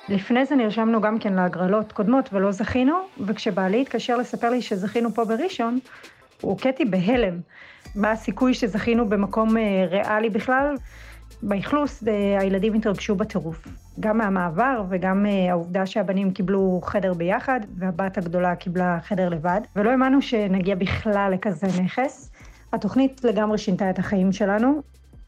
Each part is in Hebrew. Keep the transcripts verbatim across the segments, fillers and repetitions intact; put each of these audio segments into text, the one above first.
לפני זה נרשמנו גם כן להגרלות קודמות ולא זכינו, וכשבעלי התקשר לספר לי שזכינו פה בראשון, הוא הוקעתי בהלם. מה הסיכוי שזכינו במקום ריאלי בכלל? באכלוס הילדים התרגשו בטירוף. גם מהמעבר וגם העובדה שהבנים קיבלו חדר ביחד, והבת הגדולה קיבלה חדר לבד, ולא האמנו שנגיע בכלל לכזה נכס. התוכנית לגמרי שינתה את החיים שלנו.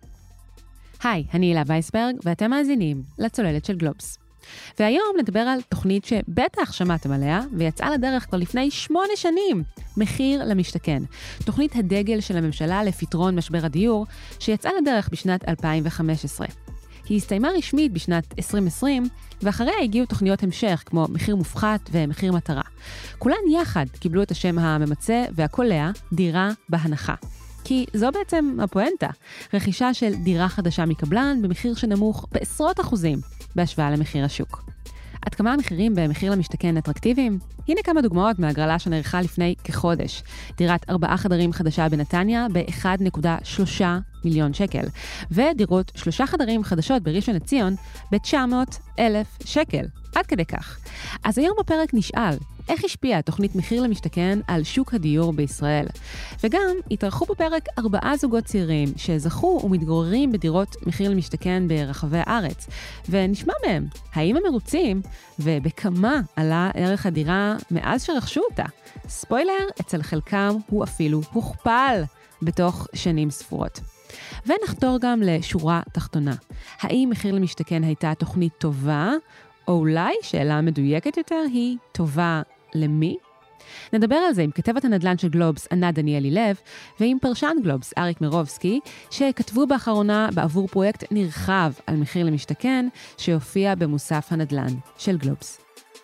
היי, אני הילה וייסברג, ואתם מאזינים לצוללת של גלובס. והיום נדבר על תוכנית שבטח שמעתם עליה, ויצאה לדרך כבר לפני שמונה שנים, מחיר למשתכן. תוכנית הדגל של הממשלה לפתרון משבר הדיור, שיצאה לדרך בשנת אלפיים וחמש עשרה. היא הסתיימה רשמית בשנת עשרים עשרים, ואחריה הגיעו תוכניות המשך, כמו מחיר מופחת ומחיר מטרה. כולן יחד קיבלו את השם הממצא והקולע, דירה בהנחה. כי זו בעצם הפואנטה, רכישה של דירה חדשה מקבלן במחיר שנמוך בעשרות אחוזים בהשוואה למחיר השוק. עד כמה המחירים במחיר למשתכן אטרקטיביים? הנה כמה דוגמאות מהגרלה שנערכה לפני כחודש. דירת ארבעה חדרים חדשה בנתניה ב-אחד נקודה שלושה מיליון שקל, ודירות שלושה חדרים חדשות בראשון לציון ב-תשע מאות אלף שקל. עד כדי כך. אז היום בפרק נשאל, איך השפיעה תוכנית מחיר למשתכן על שוק הדיור בישראל? וגם התארחו בפרק ארבעה זוגות צעירים שזכו ומתגוררים בדירות מחיר למשתכן ברחבי הארץ. ונשמע מהם, האם הם מרוצים ובכמה עלה ערך הדירה מאז שרכשו אותה? ספוילר, אצל חלקם הוא אפילו הוכפל בתוך שנים ספורות. ונחתור גם לשורה תחתונה. האם מחיר למשתכן הייתה תוכנית טובה? או אולי שאלה מדויקת יותר היא טובה למי? נדבר על זה עם כתבת הנדל"ן של גלובס, ענת דניאלי לב, ועם פרשן גלובס, אריק מירובסקי, שכתבו באחרונה בעבור פרויקט נרחב על מחיר למשתכן, שהופיע במוסף הנדל"ן של גלובס.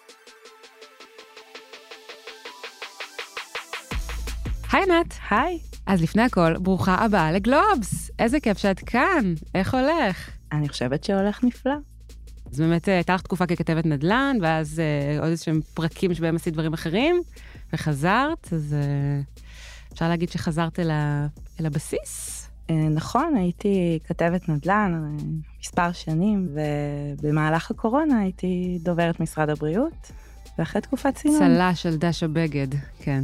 היי ענת. היי. אז לפני הכל, ברוכה הבאה לגלובס. איזה כיף שאת כאן. איך הולך? אני חושבת שהולך נפלא. אז באמת הייתה לך תקופה ככתבת נדל"ן, ואז אה, עוד איזשהם פרקים שבהם עשית דברים אחרים, וחזרת, אז אה, אפשר להגיד שחזרת אל, ה, אל הבסיס? אה, נכון, הייתי כתבת נדל"ן אה, מספר שנים, ובמהלך הקורונה הייתי דוברת משרד הבריאות, ואחרי תקופת צינון. צלה של דשה בגד, כן.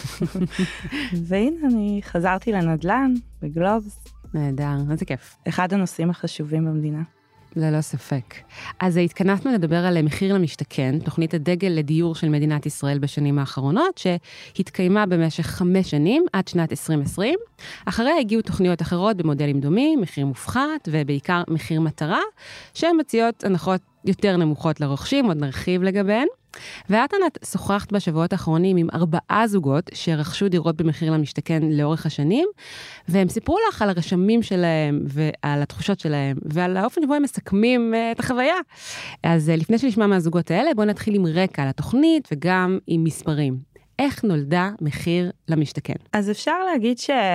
והנה אני חזרתי לנדל"ן בגלובס. נהדר, איזה כיף. אחד הנושאים החשובים במדינה. ללא ספק. אז התכנסנו לדבר על מחיר למשתכן, תוכנית הדגל לדיור של מדינת ישראל בשנים האחרונות, שהתקיימה במשך חמש שנים עד שנת עשרים עשרים. אחריה הגיעו תוכניות אחרות במודלים דומים, מחיר מופחת ובעיקר מחיר מטרה, שהן מציעות הנחות יותר נמוכות לרוכשים, עוד נרחיב לגביהן. ואת ענת שוחחת בשבועות האחרונים עם ארבעה זוגות שרכשו דירות במחיר למשתכן לאורך השנים, והם סיפרו לך על הרשמים שלהם ועל התחושות שלהם ועל האופן שבו הם מסכמים את החוויה. אז לפני שנשמע מהזוגות האלה, בואו נתחיל עם רקע על התוכנית וגם עם מספרים. איך נולדה מחיר למשתכן? אז אפשר להגיד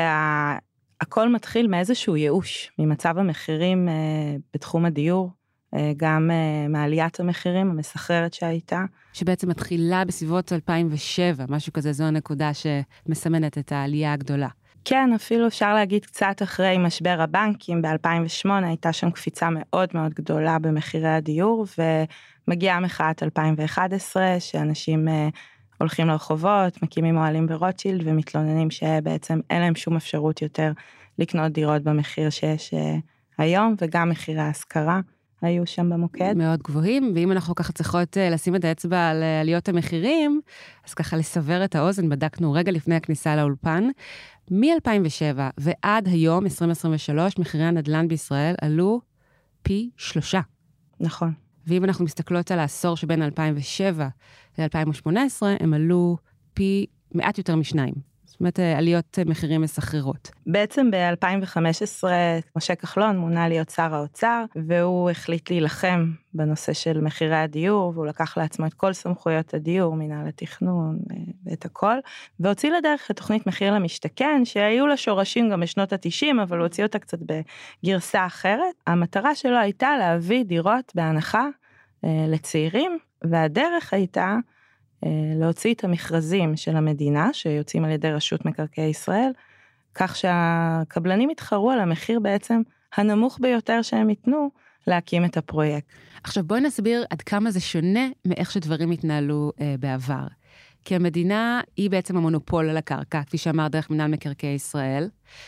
שהכל מתחיל מאיזשהו ייאוש ממצב המחירים בתחום הדיור. גם מעליית המחירים המסחררת שהייתה. שבעצם מתחילה בסביבות אלפיים ושבע, משהו כזה, זו הנקודה שמסמנת את העלייה הגדולה. כן, אפילו אפשר להגיד קצת אחרי משבר הבנקים, ב-אלפיים ושמונה הייתה שם קפיצה מאוד מאוד גדולה במחירי הדיור, ומגיעה מחאת אלפיים ואחת עשרה, שאנשים הולכים לרחובות, מקימים אוהלים ברוטשילד, ומתלוננים שבעצם אין להם שום אפשרות יותר לקנות דירות במחיר שיש היום, וגם מחירי ההשכרה. היו שם במוקד. מאוד גבוהים, ואם אנחנו ככה צריכות לשים את האצבע על עליות המחירים, אז ככה לסבר את האוזן, בדקנו רגע לפני הכניסה לאולפן, מ-אלפיים ושבע ועד היום, עשרים עשרים ושלוש, מחירי הנדל"ן בישראל עלו פי שלושה. נכון. ואם אנחנו מסתכלות על העשור שבין אלפיים ושבע ל-אלפיים ושמונה עשרה, הם עלו פי מעט יותר משניים. זאת אומרת, עליות מחירים מסחררות. בעצם ב-אלפיים וחמש עשרה, משה כחלון מונה להיות שר האוצר, והוא החליט להילחם בנושא של מחירי הדיור, והוא לקח לעצמו את כל סמכויות הדיור, מנהל התכנון ואת הכל, והוציא לדרך את תוכנית מחיר למשתכן, שהיו לה שורשים גם בשנות ה-תשעים, אבל הוא הוציא אותה קצת בגרסה אחרת. המטרה שלו הייתה להביא דירות בהנחה לצעירים, והדרך הייתה להוציא את המכרזים של המדינה, שיוצאים על ידי רשות מקרקעי ישראל, כך שהקבלנים יתחרו על המחיר בעצם הנמוך ביותר שהם ייתנו, להקים את הפרויקט. עכשיו בואי נסביר עד כמה זה שונה מאיך שדברים התנהלו אה, בעבר. כי המדינה היא בעצם המונופול על הקרקע, כפי שאמר דרך מינהל מקרקעי ישראל,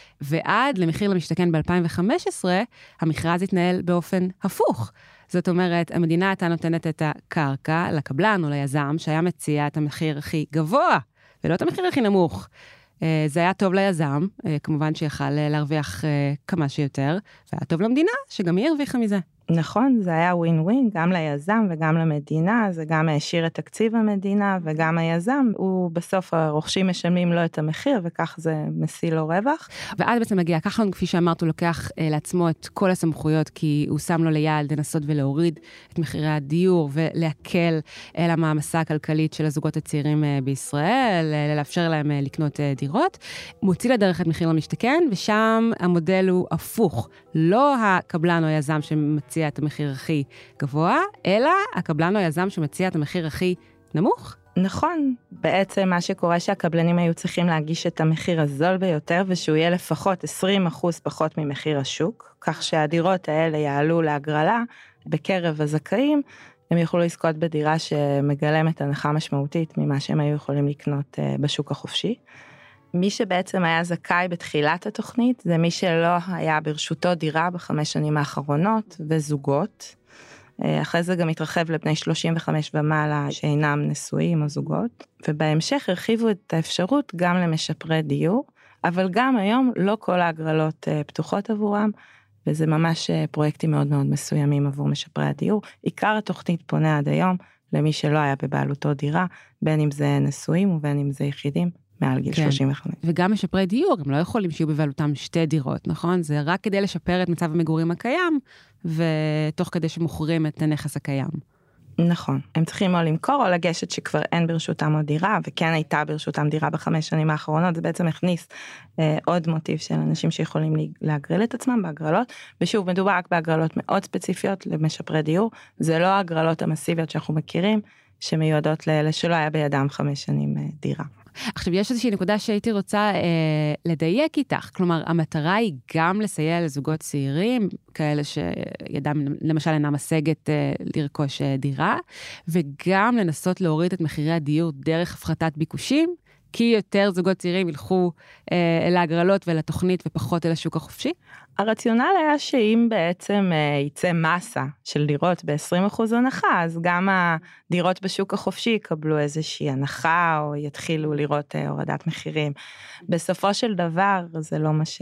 ועד למחיר למשתכן ב-אלפיים וחמש עשרה, המכרז התנהל באופן הפוך. זאת אומרת, המדינה הייתה נותנת את הקרקע לקבלן או ליזם, שהיה מציע את המחיר הכי גבוה, ולא את המחיר הכי נמוך. זה היה טוב ליזם, כמובן שיכל להרוויח כמה שיותר, והיה טוב למדינה, שגם היא הרוויחה מזה. נכון, זה היה ווין ווין, גם ליזם וגם למדינה, זה גם העשיר את תקציב המדינה, וגם היזם, הוא בסוף הרוכשים משלמים לו את המחיר, וכך זה מסיא לו רווח. ואז בעצם מגיע כחלון, כפי שאמרת, הוא לוקח אה, לעצמו את כל הסמכויות, כי הוא שם לו ליעד לנסות ולהוריד את מחירי הדיור, ולהקל אל המעמסה הכלכלית של הזוגות הצעירים אה, בישראל, אה, לאפשר להם אה, לקנות אה, דירות. מוציא לדרך את מחיר למשתכן, ושם המודל הוא הפוך. לא הקבלן או היזם שמציע את המחיר הכי גבוה, אלא הקבלן או היזם שמציע את המחיר הכי נמוך. נכון, בעצם מה שקורה שהקבלנים היו צריכים להגיש את המחיר הזול ביותר, ושהוא יהיה לפחות עשרים אחוז פחות ממחיר השוק, כך שהדירות האלה יעלו להגרלה בקרב הזכאים, הם יוכלו לזכות בדירה שמגלמת הנחה משמעותית ממה שהם היו יכולים לקנות בשוק החופשי. מי שבעצם היה זכאי בתחילת התוכנית, זה מי שלא היה ברשותו דירה בחמש שנים האחרונות, וזוגות. אחרי זה גם התרחב לבני שלושים וחמש ומעלה שאינם נשואים או זוגות, ובהמשך הרחיבו את האפשרות גם למשפרי דיור, אבל גם היום לא כל ההגרלות פתוחות עבורם, וזה ממש פרויקטים מאוד מאוד מסוימים עבור משפרי הדיור. עיקר התוכנית פונה עד היום למי שלא היה בבעלותו דירה, בין אם זה נשואים ובין אם זה יחידים. מעל גיל כן. שלושים וחמש. וגם משפרי דיור, הם לא יכולים שיהיו בבעלותם שתי דירות, נכון? זה רק כדי לשפר את מצב המגורים הקיים, ותוך כדי שמוכרים את הנכס הקיים. נכון. הם צריכים או למכור או לגשת שכבר אין ברשותם עוד דירה, וכן הייתה ברשותם דירה בחמש שנים האחרונות, זה בעצם הכניס אה, עוד מוטיב של אנשים שיכולים להגרל את עצמם בהגרלות, ושוב, מדובר רק בהגרלות מאוד ספציפיות למשפרי דיור, זה לא ההגרלות המסיביות שאנחנו מכירים, שמיועדות לאלה שלא היה בידם חמש שנים אה, דירה. עכשיו, יש איזושהי נקודה שהייתי רוצה אה, לדייק איתך, כלומר, המטרה היא גם לסייע לזוגות צעירים, כאלה שידם למשל אינה משגת אה, לרכוש אה, דירה, וגם לנסות להוריד את מחירי הדיור דרך הפחתת ביקושים, כי יותר זוגות צעירים ילכו אה, אל ההגרלות ולתוכנית ופחות אל השוק החופשי? הרציונל היה שאם בעצם אה, יצא מסה של דירות ב-עשרים אחוז הנחה, אז גם הדירות בשוק החופשי יקבלו איזושהי הנחה, או יתחילו לראות אה, הורדת מחירים. בסופו של דבר, זה לא מה ש...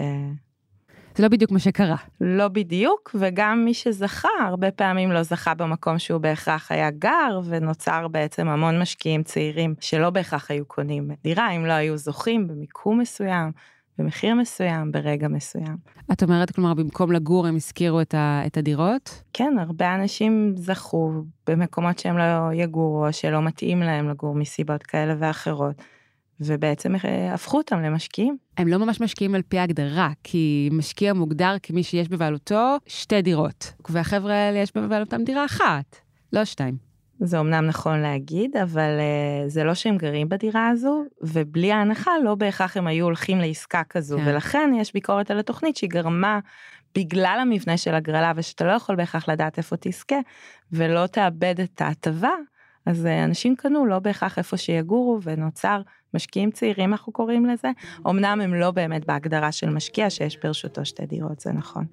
זה לא בדיוק מה שקרה. לא בדיוק, וגם מי שזכה, הרבה פעמים לא זכה במקום שהוא בהכרח היה גר, ונוצר בעצם המון משקיעים צעירים, שלא בהכרח היו קונים דירה, אם לא היו זוכים במיקום מסוים, במחיר מסוים, ברגע מסוים. את אומרת, כלומר, במקום לגור הם הזכירו את, ה, את הדירות? כן, הרבה אנשים זכו במקומות שהם לא יגורו, או שלא מתאים להם לגור מסיבות כאלה ואחרות, ובעצם הפכו אותם למשקיעים. הם לא ממש משקיעים על פי ההגדרה, כי משקיע מוגדר כמי שיש בבעלותו שתי דירות, והחבר'ה האלה יש בבעלותם דירה אחת, לא שתיים. זה אומנם נכון להגיד, אבל uh, זה לא שהם גרים בדירה הזו, ובלי ההנחה לא בהכרח הם היו הולכים לעסקה כזו, כן. ולכן יש ביקורת על התוכנית שהיא גרמה בגלל המבנה של הגרלה, ושאתה לא יכול בהכרח לדעת איפה תזכה, ולא תאבד את ההטבה, אז uh, אנשים קנו לא בהכרח איפה שיגורו, ונוצר משקיעים צעירים, אנחנו קוראים לזה, אמנם הם לא באמת בהגדרה של משקיע, שיש ברשותו שתי דירות, זה נכון.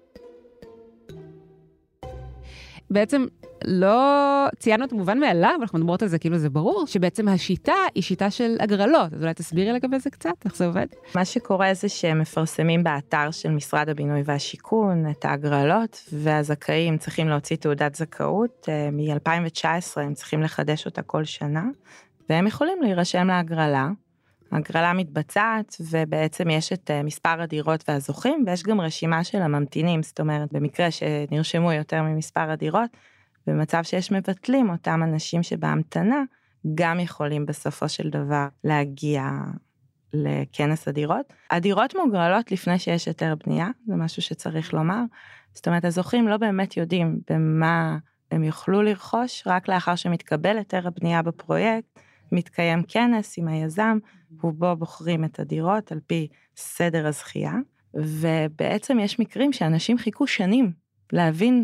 בעצם לא ציינו את המובן מאליו, אנחנו מדברות על זה כאילו זה ברור, שבעצם השיטה היא שיטה של הגרלות, אז אולי תסבירי לגבי זה קצת, איך זה עובד? מה שקורה זה שהם מפרסמים באתר של משרד הבינוי והשיכון את ההגרלות, והזכאים צריכים להוציא תעודת זכאות, מ-אלפיים תשע עשרה הם צריכים לחדש אותה כל שנה, והם יכולים להירשם להגרלה, הגרלה מתבצעת, ובעצם יש את מספר הדירות והזוכים, ויש גם רשימה של הממתינים, זאת אומרת, במקרה שנרשמו יותר ממספר הדירות, במצב שיש מבטלים, אותם אנשים שבהמתנה, גם יכולים בסופו של דבר להגיע לכנס הדירות. הדירות מוגרלות לפני שיש יותר בנייה, זה משהו שצריך לומר, זאת אומרת, הזוכים לא באמת יודעים במה הם יוכלו לרכוש, רק לאחר שמתקבל יותר הבנייה בפרויקט, מתקיים כנס עם היזם, ובו בוחרים את הדירות על פי סדר הזכייה, ובעצם יש מקרים שאנשים חיכו שנים להבין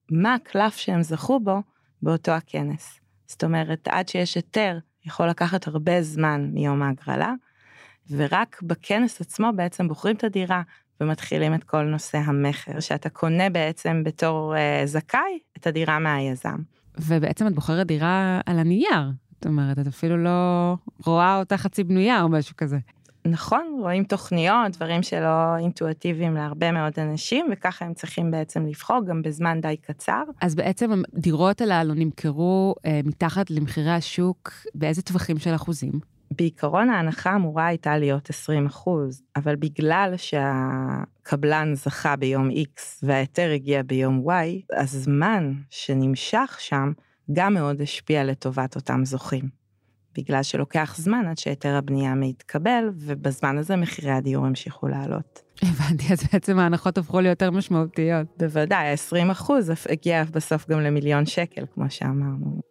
מה הקלף שהם זכו בו באותו הכנס. זאת אומרת, עד שיש היתר, יכול לקחת הרבה זמן מיום ההגרלה, ורק בכנס עצמו בעצם בוחרים את הדירה, ומתחילים את כל נושא המחר, שאתה קונה בעצם בתור uh, זכאי את הדירה מהיזם. ובעצם את בוחרת דירה על הנייר, זאת אומרת, את אפילו לא רואה אותה חצי בנויה או משהו כזה. נכון, רואים תוכניות, דברים שלא אינטואיטיביים להרבה מאוד אנשים, וככה הם צריכים בעצם לבחור גם בזמן די קצר. אז בעצם הדירות הללו נמכרו אה, מתחת למחירי השוק, באיזה טווחים של אחוזים? בעיקרון ההנחה אמורה הייתה להיות עשרים אחוז, אבל בגלל שהקבלן זכה ביום X וההיתר הגיע ביום Y, הזמן שנמשך שם גם מאוד השפיע לטובת אותם זוכים. בגלל שלוקח זמן עד שהיתר הבנייה מתקבל, ובזמן הזה מחירי הדיור המשיכו לעלות. הבנתי, אז בעצם ההנחות הפכו ליותר משמעותיות. בוודאי, עשרים אחוז הגיע בסוף גם למיליון שקל, כמו שאמרנו.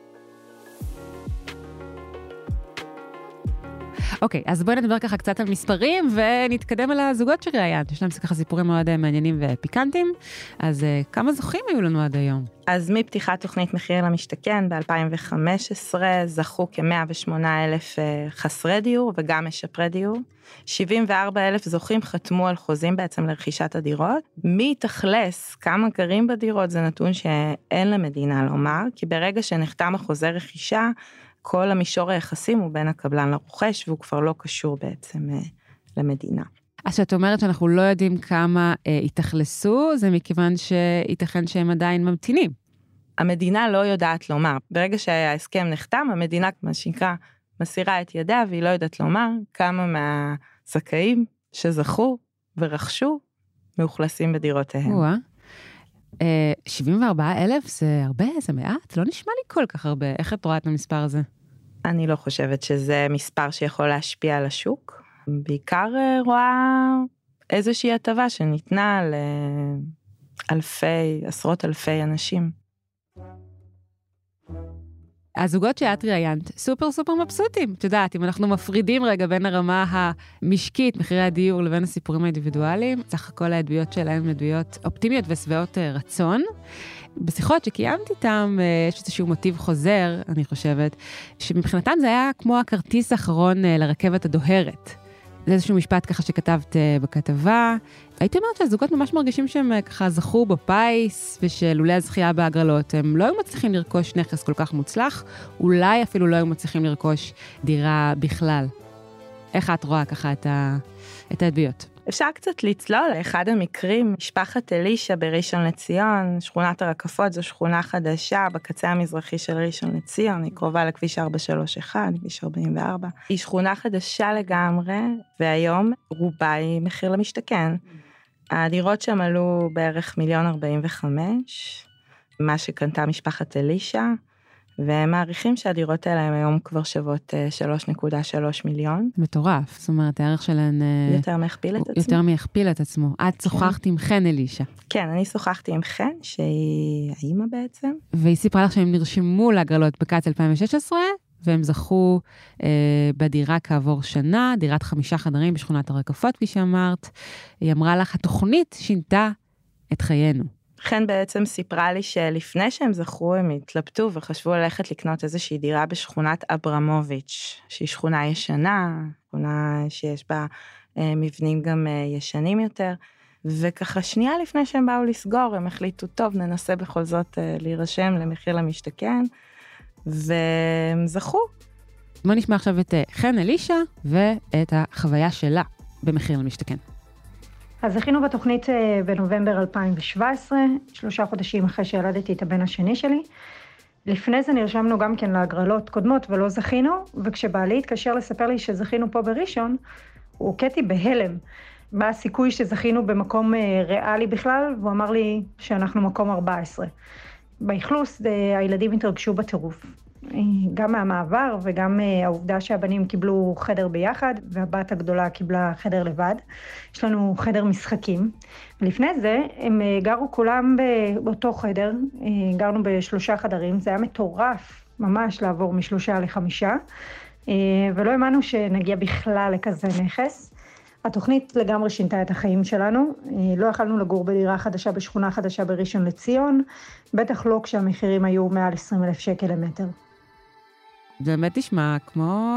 אוקיי, אז בואי נדבר ככה קצת על מספרים, ונתקדם על הזוגות שראיינת. יש להם ככה סיפורים מאוד מעניינים ופיקנטים, אז כמה זוכים היו לנו עד היום? אז מפתיחת תוכנית מחיר למשתכן ב-אלפיים וחמש עשרה, זכו כ-מאה ושמונה אלף חסרי דיור, וגם משפרי דיור. שבעים וארבעה אלף זוכים חתמו על חוזים בעצם לרכישת הדירות. מי תכלס, כמה גרים בדירות, זה נתון שאין למדינה לומר, כי ברגע שנחתם החוזה רכישה, כל המישור היחסים הוא בין הקבלן לרוכש, והוא כבר לא קשור בעצם למדינה. אז שאת אומרת שאנחנו לא יודעים כמה אה, התאכלסו, זה מכיוון שייתכן שהם עדיין ממתינים. המדינה לא יודעת לומר. ברגע שההסכם נחתם, המדינה, מה שנקרא, מסירה את ידיה, והיא לא יודעת לומר כמה מהזכאים שזכו ורכשו, מאוכלסים בדירותיהם. וואה. אה, שבעים וארבעה אלף זה הרבה, זה מעט? לא נשמע לי כל כך הרבה. איך את רואה את המספר הזה? אני לא חושבת שזה מספר שיכול להשפיע על השוק. בעיקר רואה איזושהי הטבה שניתנה לאלפי, עשרות אלפי אנשים. הזוגות שאת ראיינת, סופר סופר מבסוטים. את יודעת, אם אנחנו מפרידים רגע בין הרמה המשקית, מחירי הדיור, לבין הסיפורים האינדיבידואליים, סך הכל העדויות שלהם עדויות אופטימיות ושבעות רצון. בשיחות שקיימתי איתם, יש איזשהו מוטיב חוזר, אני חושבת, שמבחינתם זה היה כמו הכרטיס האחרון לרכבת הדוהרת. זה איזשהו משפט ככה שכתבת בכתבה. הייתי אומרת שהזוגות ממש מרגישים שהם ככה זכו בפיס, ושלולי הזכייה בהגרלות, הם לא היו מצליחים לרכוש נכס כל כך מוצלח, אולי אפילו לא היו מצליחים לרכוש דירה בכלל. איך את רואה ככה את, ה... את העדויות? אפשר קצת לצלול לאחד המקרים, משפחת אלישה בראשון לציון, שכונת הרקפות זו שכונה חדשה בקצה המזרחי של ראשון לציון, היא קרובה לכביש ארבע שלוש אחת, כביש ארבעים וארבע. היא שכונה חדשה לגמרי, והיום רובה היא מחיר למשתכן. הדירות שם עלו בערך מיליון ארבעים וחמש, מה שקנתה משפחת אלישה, והם מעריכים שהדירות האלה הם היום כבר שוות שלוש נקודה שלוש מיליון. מטורף, זאת אומרת, הערך שלהן... יותר מהכפיל את עצמו. יותר מהכפיל את עצמו. את שוחחת עם חן אלישה. כן, אני שוחחתי עם חן, שהיא האמא בעצם. והיא סיפרה לך שהם נרשמו להגרלות בקיץ אלפיים ושש עשרה, והם זכו אה, בדירה כעבור שנה, דירת חמישה חדרים בשכונת הרקפות, כפי שאמרת. היא אמרה לך, התוכנית שינתה את חיינו. חן בעצם סיפרה לי שלפני שהם זכרו, הם התלבטו וחשבו ללכת לקנות איזושהי דירה בשכונת אברמוביץ', שהיא שכונה ישנה, שכונה שיש בה אה, מבנים גם אה, ישנים יותר, וככה שנייה לפני שהם באו לסגור, הם החליטו, טוב, ננסה בכל זאת אה, להירשם למחיר למשתכן, והם זכו. בוא נשמע עכשיו את חן אלישה ואת החוויה שלה במחיר למשתכן. אז זכינו בתוכנית בנובמבר אלפיים שבע עשרה, שלושה חודשים אחרי שילדתי את הבן השני שלי. לפני זה נרשמנו גם כן להגרלות קודמות ולא זכינו, וכשבעלי התקשר לספר לי שזכינו פה בראשון, הוא הוקעתי בהלם. מה הסיכוי שזכינו במקום ריאלי בכלל, והוא אמר לי שאנחנו מקום ארבע עשרה. באכלוס הילדים התרגשו בטירוף. גם מהמעבר וגם העובדה שהבנים קיבלו חדר ביחד, והבת הגדולה קיבלה חדר לבד. יש לנו חדר משחקים. ולפני זה הם גרו כולם באותו חדר, גרנו בשלושה חדרים, זה היה מטורף ממש לעבור משלושה לחמישה, ולא האמנו שנגיע בכלל לכזה נכס. התוכנית לגמרי שינתה את החיים שלנו, לא יכלנו לגור בדירה חדשה בשכונה חדשה בראשון לציון, בטח לא כשהמחירים היו מעל עשרים אלף שקל למטר. זה באמת נשמע כמו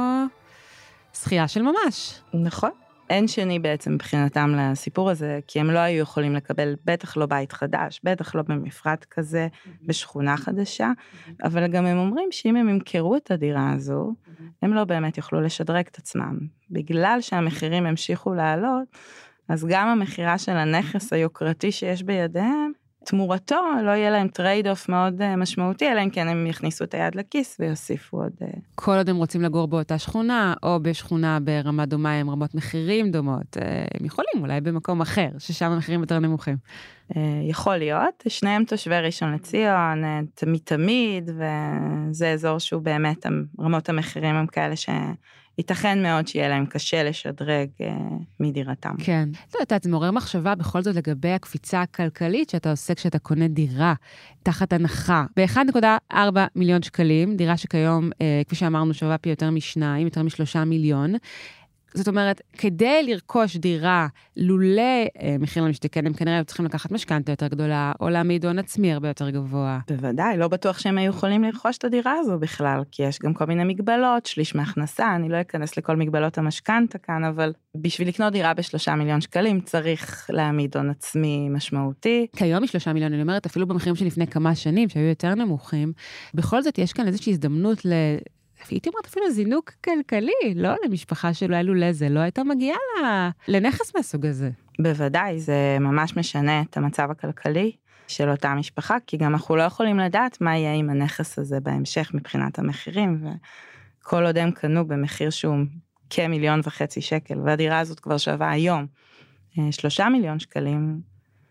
זכייה של ממש. נכון. אין שני בעצם מבחינתם לסיפור הזה, כי הם לא היו יכולים לקבל, בטח לא בית חדש, בטח לא במפרט כזה, בשכונה חדשה, אבל גם הם אומרים שאם הם ימכרו את הדירה הזו, הם לא באמת יוכלו לשדרג את עצמם. בגלל שהמחירים המשיכו לעלות, אז גם המחירה של הנכס היוקרתי שיש בידיהם, תמורתו לא יהיה להם טרייד אוף מאוד משמעותי, אלא אם כן הם יכניסו את היד לכיס ויוסיפו עוד... כל עוד הם רוצים לגור באותה שכונה, או בשכונה ברמה דומה עם רמות מחירים דומות, הם יכולים אולי במקום אחר, ששם המחירים יותר נמוכים. יכול להיות, שניהם תושבי ראשון לציון, מתמיד, וזה אזור שהוא באמת, רמות המחירים הם כאלה ש... ייתכן מאוד שיהיה להם קשה לשדרג אה, מדירתם. כן. לא יודעת, זה מעורר מחשבה בכל זאת לגבי הקפיצה הכלכלית שאתה עושה כשאתה קונה דירה תחת הנחה. ב-אחד נקודה ארבע מיליון שקלים, דירה שכיום, אה, כפי שאמרנו, שווה פי יותר משניים, יותר משלושה מיליון. זאת אומרת, כדי לרכוש דירה לולא אה, מחיר למשתכן, הם כנראה צריכים לקחת משכנתה יותר גדולה, או להעמיד הון עצמי הרבה יותר גבוה. בוודאי, לא בטוח שהם היו יכולים לרכוש את הדירה הזו בכלל, כי יש גם כל מיני מגבלות, שליש מהכנסה, אני לא אכנס לכל מגבלות המשכנתה כאן, אבל בשביל לקנות דירה בשלושה מיליון שקלים, צריך להעמיד הון עצמי משמעותי. כיום משלושה מיליון, אני אומרת, אפילו במחירים שלפני כמה שנים, שהיו יותר נמוכים, בכל זאת יש כאן איזושהי הזדמנות ל... הייתי אומרת אפילו זינוק כלכלי, לא למשפחה שלא היה לולא זה, לא הייתה מגיעה לנכס מהסוג הזה. בוודאי, זה ממש משנה את המצב הכלכלי של אותה משפחה, כי גם אנחנו לא יכולים לדעת מה יהיה עם הנכס הזה בהמשך מבחינת המחירים, וכל עוד הם קנו במחיר שהוא כמיליון וחצי שקל, והדירה הזאת כבר שווה היום שלושה מיליון שקלים,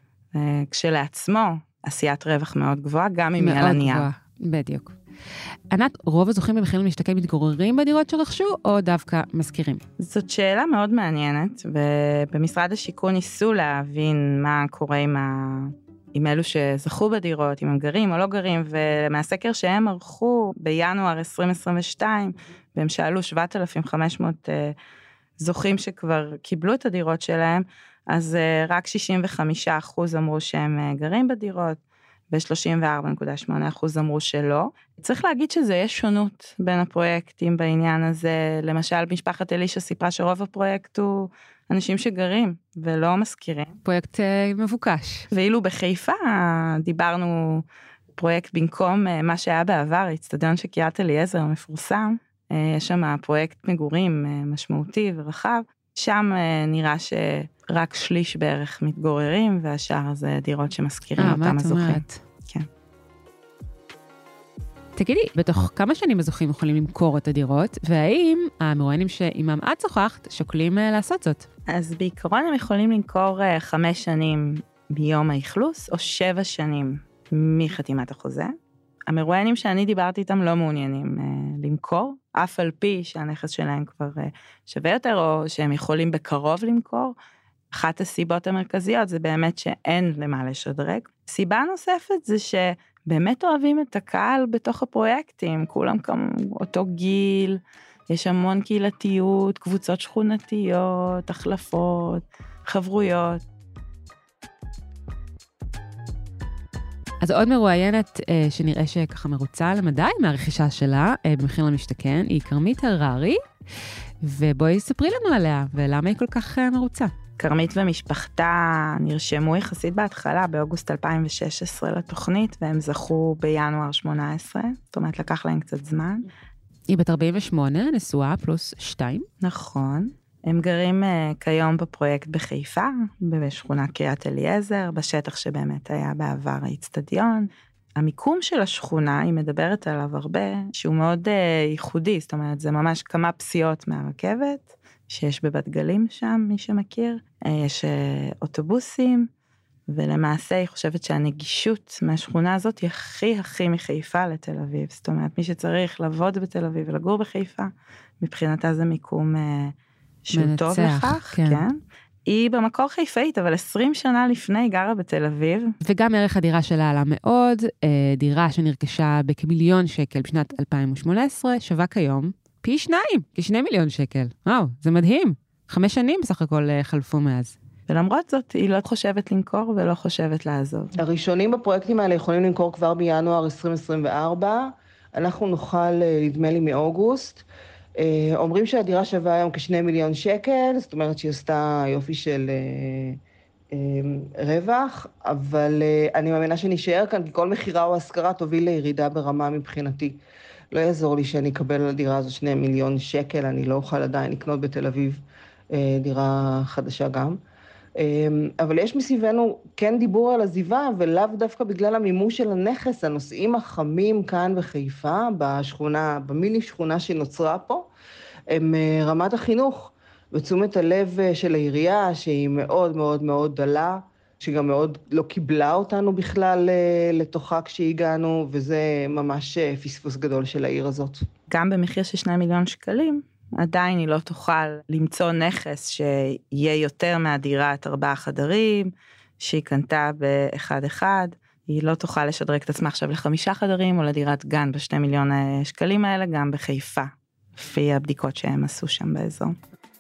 כשלעצמו עשיית רווח מאוד גבוהה, גם אם יהיה לנייר. מאוד גבוהה, בדיוק. ענת, רוב הזוכים במחיר למשתכן מתגוררים בדירות שרכשו, או דווקא מזכירים? זאת שאלה מאוד מעניינת, ובמשרד השיכון ניסו להבין מה קורה עם, ה... עם אלו שזכו בדירות, אם הם גרים או לא גרים, ומהסקר שהם ערכו בינואר עשרים עשרים ושתיים, והם שאלו שבעת אלפים וחמש מאות זוכים שכבר קיבלו את הדירות שלהם, אז רק שישים וחמישה אחוז אמרו שהם גרים בדירות, ו-שלושים וארבע נקודה שמונה אחוז אמרו שלא. צריך להגיד שזה יש שונות בין הפרויקטים בעניין הזה, למשל משפחת אלישה סיפרה שרוב הפרויקט הוא אנשים שגרים ולא מזכירים. פרויקט מבוקש. ואילו בחיפה דיברנו פרויקט במקום מה שהיה בעבר, אצטדיון של קריית אליעזר המפורסם, יש שם פרויקט מגורים משמעותי ורחב, שם נראה שרק שליש בערך מתגוררים, והשאר זה דירות שמזכירים 아, אותם הזוכים. כן. תגידי, בתוך כמה שנים הזוכים יכולים למכור את הדירות, והאם המרואיינים שעימם את שוחחת שוקלים לעשות זאת? אז בעיקרון הם יכולים למכור חמש שנים ביום האכלוס, או שבע שנים מחתימת החוזה. המרואיינים שאני דיברתי איתם לא מעוניינים uh, למכור, אף על פי שהנכס שלהם כבר uh, שווה יותר, או שהם יכולים בקרוב למכור. אחת הסיבות המרכזיות זה באמת שאין למה לשדרג. סיבה נוספת זה שבאמת אוהבים את הקהל בתוך הפרויקטים, כולם כמו אותו גיל, יש המון קהילתיות, קבוצות שכונתיות, החלפות, חברויות. אז עוד מרואיינת אה, שנראה שככה מרוצה למדי מהרכישה שלה, אה, במחיר למשתכן, היא כרמית הררי, ובואי ספרי לנו עליה, ולמה היא כל כך אה, מרוצה. כרמית ומשפחתה נרשמו יחסית בהתחלה, באוגוסט אלפיים ושש עשרה לתוכנית, והם זכו בינואר שמונה עשרה, זאת אומרת לקח להם קצת זמן. היא בת ארבעים ושמונה, נשואה פלוס שתיים. נכון. הם גרים uh, כיום בפרויקט בחיפה, בשכונה קריית אליעזר, בשטח שבאמת היה בעבר האצטדיון. המיקום של השכונה, היא מדברת עליו הרבה, שהוא מאוד uh, ייחודי, זאת אומרת, זה ממש כמה פסיעות מהרכבת, שיש בבת גלים שם, מי שמכיר. Uh, יש uh, אוטובוסים, ולמעשה היא חושבת שהנגישות מהשכונה הזאת היא הכי הכי מחיפה לתל אביב. זאת אומרת, מי שצריך לעבוד בתל אביב ולגור בחיפה, מבחינתה זה מיקום... Uh, שהוא מנצח, טוב לכך, כן. כן. היא במקור חיפאית, אבל עשרים שנה לפני היא גרה בתל אביב. וגם ערך הדירה שלה עלה מאוד, דירה שנרכשה בכמיליון שקל בשנת אלפיים ושמונה עשרה, שווה כיום פי שניים, כשני מיליון שקל. וואו, זה מדהים. חמש שנים בסך הכל חלפו מאז. ולמרות זאת, היא לא חושבת למכור ולא חושבת לעזוב. הראשונים בפרויקטים האלה יכולים למכור כבר בינואר עשרים עשרים וארבע, אנחנו נוכל, נדמה לי, מאוגוסט. אומרים שהדירה שווה היום כשני מיליון שקל, זאת אומרת שהיא עשתה יופי של רווח, אבל אני מאמינה שנשאר כאן, כי כל מחירה או השכרה תוביל לירידה ברמה מבחינתי. לא יעזור לי שאני אקבל על הדירה הזו שני מיליון שקל, אני לא אוכל עדיין לקנות בתל אביב דירה חדשה גם. אבל יש מסביבנו כן דיבור על עזיבה, ולאו דווקא בגלל המימוש של הנכס, הנושאים החמים כאן בחיפה, בשכונה, במיני שכונה שנוצרה פה, הם רמת החינוך, ותשומת הלב של העירייה, שהיא מאוד מאוד מאוד דלה, שגם מאוד לא קיבלה אותנו בכלל לתוכה כשהגענו, וזה ממש פספוס גדול של העיר הזאת. גם במחיר של שני מיליון שקלים, עדיין היא לא תוכל למצוא נכס שיהיה יותר מהדירת ארבעה חדרים, שהיא קנתה באחד אחד, היא לא תוכל לשדרג את עצמה עכשיו לחמישה חדרים, או לדירת גן בשני מיליון שקלים האלה, גם בחיפה, לפי הבדיקות שהם עשו שם באזור.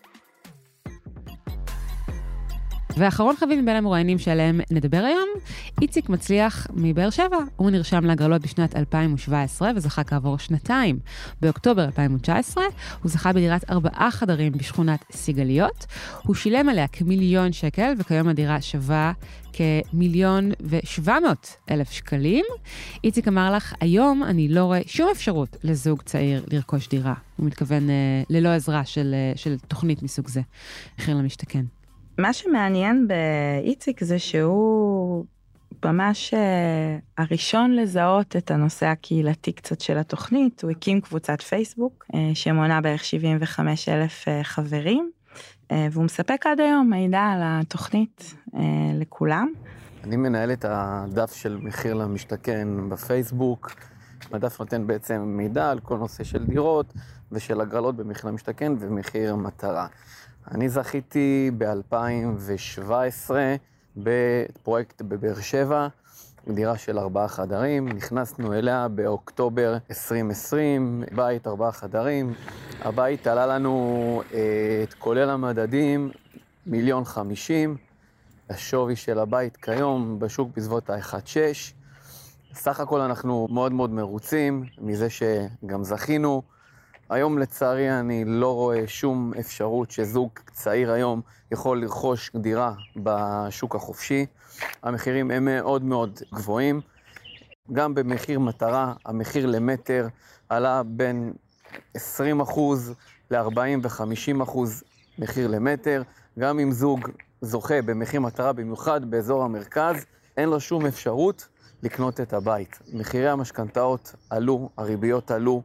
ואחרון חביב מבין המרואיינים שעליהם נדבר היום, איציק מצליח מבאר שבע. הוא נרשם להגרלות בשנת אלפיים שבע עשרה וזכה כעבור שנתיים. באוקטובר אלפיים תשע עשרה הוא זכה בדירת ארבעה חדרים בשכונת סיגליות. הוא שילם עליה כמיליון שקל, וכיום הדירה שווה כמיליון ושבע מאות אלף שקלים. איציק אמר לך, היום אני לא רואה שום אפשרות לזוג צעיר לרכוש דירה. הוא מתכוון אה, ללא עזרה של, אה, של תוכנית מסוג זה. מחיר למשתכן. מה שמעניין באיציק זה שהוא ממש הראשון לזהות את הנושא הקהילתי קצת של התוכנית. הוא הקים קבוצת פייסבוק שמונה בערך שבעים וחמישה אלף חברים, והוא מספק עד היום מידע על התוכנית לכולם. אני מנהל את הדף של מחיר למשתכן בפייסבוק. הדף נותן בעצם מידע על כל נושא של דירות ושל הגרלות במחיר למשתכן ומחיר מטרה. אני זכיתי ב-אלפיים שבע עשרה בפרויקט בבאר שבע, דירה של ארבעה חדרים, נכנסנו אליה באוקטובר עשרים עשרים, בית ארבעה חדרים, הבית עלה לנו את כולל המדדים מיליון חמישים, השווי של הבית כיום בשוק בסביבות ה-אחד נקודה שש, סך הכל אנחנו מאוד מאוד מרוצים מזה שגם זכינו, היום לצערי אני לא רואה שום אפשרות שזוג צעיר היום יכול לרכוש דירה בשוק החופשי. המחירים הם מאוד מאוד גבוהים. גם במחיר מטרה, המחיר למטר עלה בין עשרים אחוז ל-ארבעים ו-חמישים אחוז מחיר למטר. גם אם זוג זוכה במחיר מטרה במיוחד באזור המרכז, אין לו שום אפשרות לקנות את הבית. מחירי המשכנתאות עלו, הריביות עלו.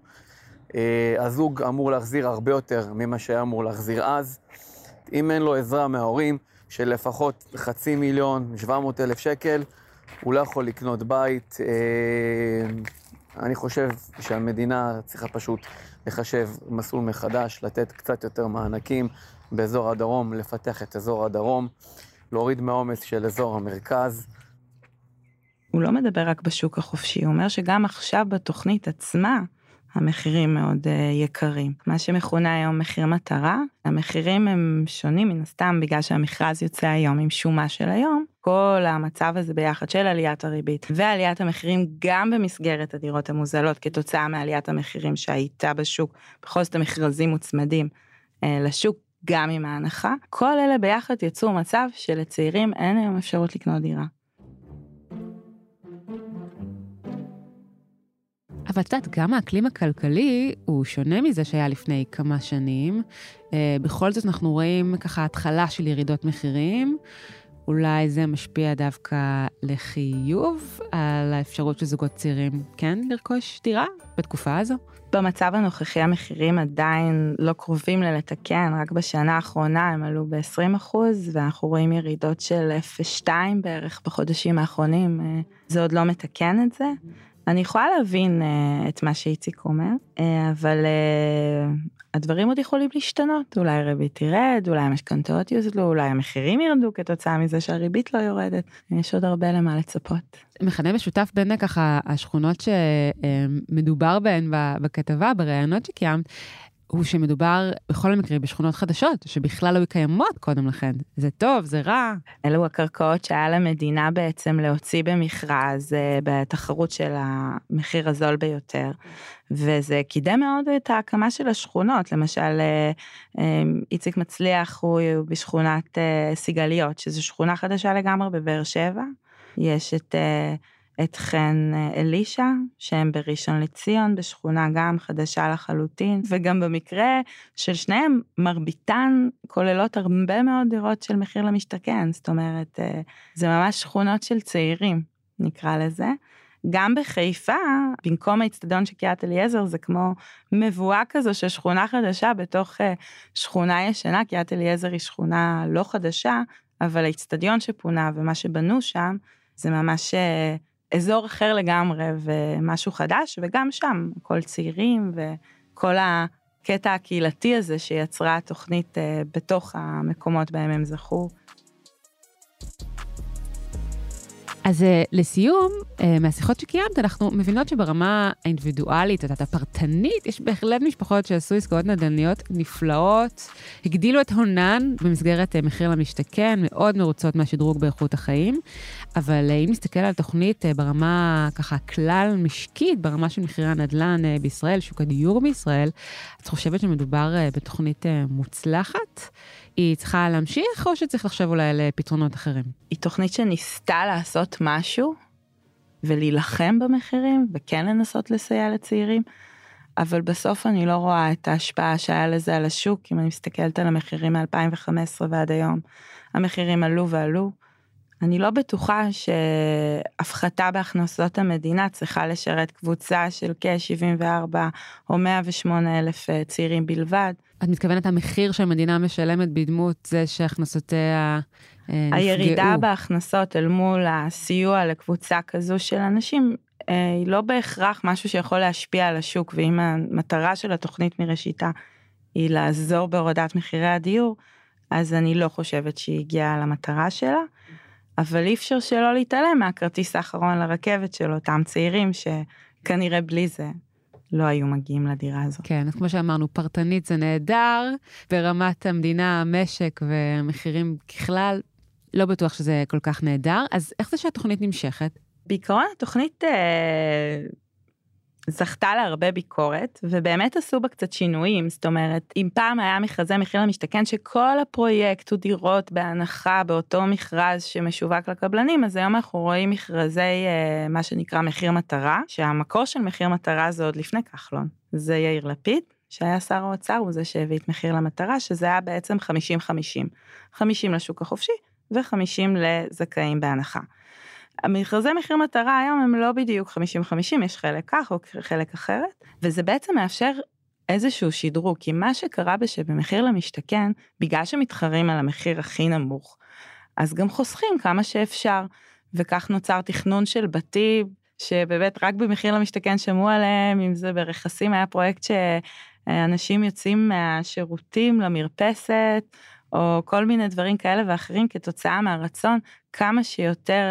הזוג אמור להחזיר הרבה יותר ממה שהיה אמור להחזיר אז. אם אין לו עזרה מההורים של לפחות חצי מיליון, שבע מאות אלף שקל, הוא לא יכול לקנות בית. אני חושב שהמדינה צריכה פשוט לחשב מסלול מחדש, לתת קצת יותר מענקים באזור הדרום, לפתח את אזור הדרום, להוריד מהעומס של אזור המרכז. הוא לא מדבר רק בשוק החופשי, הוא אומר שגם עכשיו בתוכנית עצמה, המחירים מאוד יקרים. מה שמכונה היום מחיר מטרה, המחירים הם שונים מן הסתם, בגלל שהמכרז יוצא היום עם שומה של היום, כל המצב הזה ביחד של עליית הריבית, ועליית המחירים גם במסגרת הדירות המוזלות, כתוצאה מעליית המחירים שהייתה בשוק, בכל זאת המכרזים מוצמדים לשוק, גם עם ההנחה, כל אלה ביחד יצאו מצב שלצעירים אין היום אפשרות לקנות דירה. אבל את יודעת, גם האקלים הכלכלי הוא שונה מזה שהיה לפני כמה שנים. בכל זאת אנחנו רואים ככה התחלה של ירידות מחירים. אולי זה משפיע דווקא לחיוב על האפשרות של זוגות צעירים, כן, לרכוש דירה בתקופה הזו? במצב הנוכחי המחירים עדיין לא קרובים ללתקן, רק בשנה האחרונה הם עלו ב-עשרים אחוז, ואנחנו רואים ירידות של אפס נקודה שתיים בערך בחודשים האחרונים, זה עוד לא מתקן את זה. אני יכולה להבין uh, את מה שאיציק אומר, uh, אבל uh, הדברים עוד יכולים להשתנות, אולי הריבית תירד, אולי המשכנתאות יוזלו, אולי המחירים ירדו כתוצאה מזה שהריבית לא יורדת, יש עוד הרבה למה לצפות. מכנה משותף בין ככה השכונות שמדובר בהן בכתבה, ברעיונות שקיימת, הוא שמדובר בכל המקרה בשכונות חדשות, שבכלל לא קיימות קודם לכן. זה טוב, זה רע. אלו הקרקעות שהיה למדינה בעצם להוציא במכרז בתחרות של המחיר הזול ביותר, וזה קידם מאוד את ההקמה של השכונות. למשל, איציק מצליח הוא בשכונת סיגליות, שזו שכונה חדשה לגמרי בבאר שבע. יש את... את חן אלישה, שהם בראשון לציון, בשכונה גם חדשה לחלוטין, וגם במקרה של שניהם, מרביתן כוללות הרבה מאוד דירות של מחיר למשתכן, זאת אומרת, זה ממש שכונות של צעירים, נקרא לזה. גם בחיפה, במקום האצטדיון של קריית אליעזר, זה כמו מבואה כזו של שכונה חדשה בתוך שכונה ישנה. קריית אליעזר היא שכונה לא חדשה, אבל האצטדיון שפונה ומה שבנו שם, זה ממש... אזור אחר לגמרי ומשהו חדש, וגם שם, כל צעירים וכל הקטע הקהילתי הזה שיצרה התוכנית בתוך המקומות בהם הם זכו. אז לסיום, מהשיחות שקיימת, אנחנו מבינות שברמה האינדיבידואלית, הפרטנית, יש בהחלט משפחות שעשו עסקאות נדל"ניות נפלאות, הגדילו את הונן במסגרת מחיר למשתכן, מאוד מרוצות מהשדרוג באיכות החיים, אבל אם נסתכל על תוכנית ברמה ככה כלל משקית, ברמה של מחירי הנדל"ן בישראל, שוק הדיור בישראל, את חושבת שמדובר בתוכנית מוצלחת? היא צריכה להמשיך או שצריך לחשוב אולי על פתרונות אחרים? היא תוכנית שניסתה לעשות משהו ולהילחם במחירים וכן לנסות לסייע לצעירים, אבל בסוף אני לא רואה את ההשפעה שהיה לזה על השוק. אם אני מסתכלת על המחירים מ-אלפיים וחמש עשרה ועד היום, המחירים עלו ועלו. אני לא בטוחה שהפחתה בהכנסות המדינה צריכה לשרת קבוצה של כ-שבעים וארבע או מאה ושמונה אלף צעירים בלבד. את מתכוונת המחיר שהמדינה משלמת בדמות זה שהכנסותיה נפגעו? הירידה בהכנסות אל מול הסיוע לקבוצה כזו של אנשים, היא לא בהכרח משהו שיכול להשפיע על השוק, ואם המטרה של התוכנית מראשיתה היא לעזור בהורדת מחירי הדיור, אז אני לא חושבת שהיא הגיעה למטרה שלה, אבל אי אפשר שלא להתעלם מהכרטיס האחרון לרכבת של אותם צעירים, שכנראה בלי זה לא היו מגיעים לדירה הזאת. כן, אז כמו שאמרנו, פרטנית זה נהדר, ברמת המדינה, המשק ומחירים ככלל, לא בטוח שזה כל כך נהדר, אז איך זה שהתוכנית נמשכת? בעיקרון התוכנית אה, זכתה להרבה ביקורת, ובאמת עשו בה קצת שינויים. זאת אומרת, אם פעם היה מכרזי מחיר למשתכן, שכל הפרויקט הוא דירות בהנחה באותו מכרז שמשווק לקבלנים, אז היום אנחנו רואים מכרזי אה, מה שנקרא מחיר מטרה, שהמקור של מחיר מטרה זה עוד לפני כחלון. זה יאיר לפיד, שהיה שר האוצר, הוא זה שהביא את מחיר למטרה, שזה היה בעצם חמישים חמישים. חמישים לשוק החופשי, ו-חמישים לזכאים בהנחה. המכרזי מחיר מטרה היום הם לא בדיוק חמישים חמישים, יש חלק כך או חלק אחרת, וזה בעצם מאפשר איזשהו שדרוג, כי מה שקרה שבמחיר למשתכן, בגלל שמתחרים על המחיר הכי נמוך, אז גם חוסכים כמה שאפשר, וכך נוצר תכנון של בתים, שבאמת רק במחיר למשתכן שמעו עליהם, אם זה ברכסים היה פרויקט שאנשים יוצאים מהשירותים למרפסת, או כל מיני דברים כאלה ואחרים, כתוצאה מהרצון כמה שיותר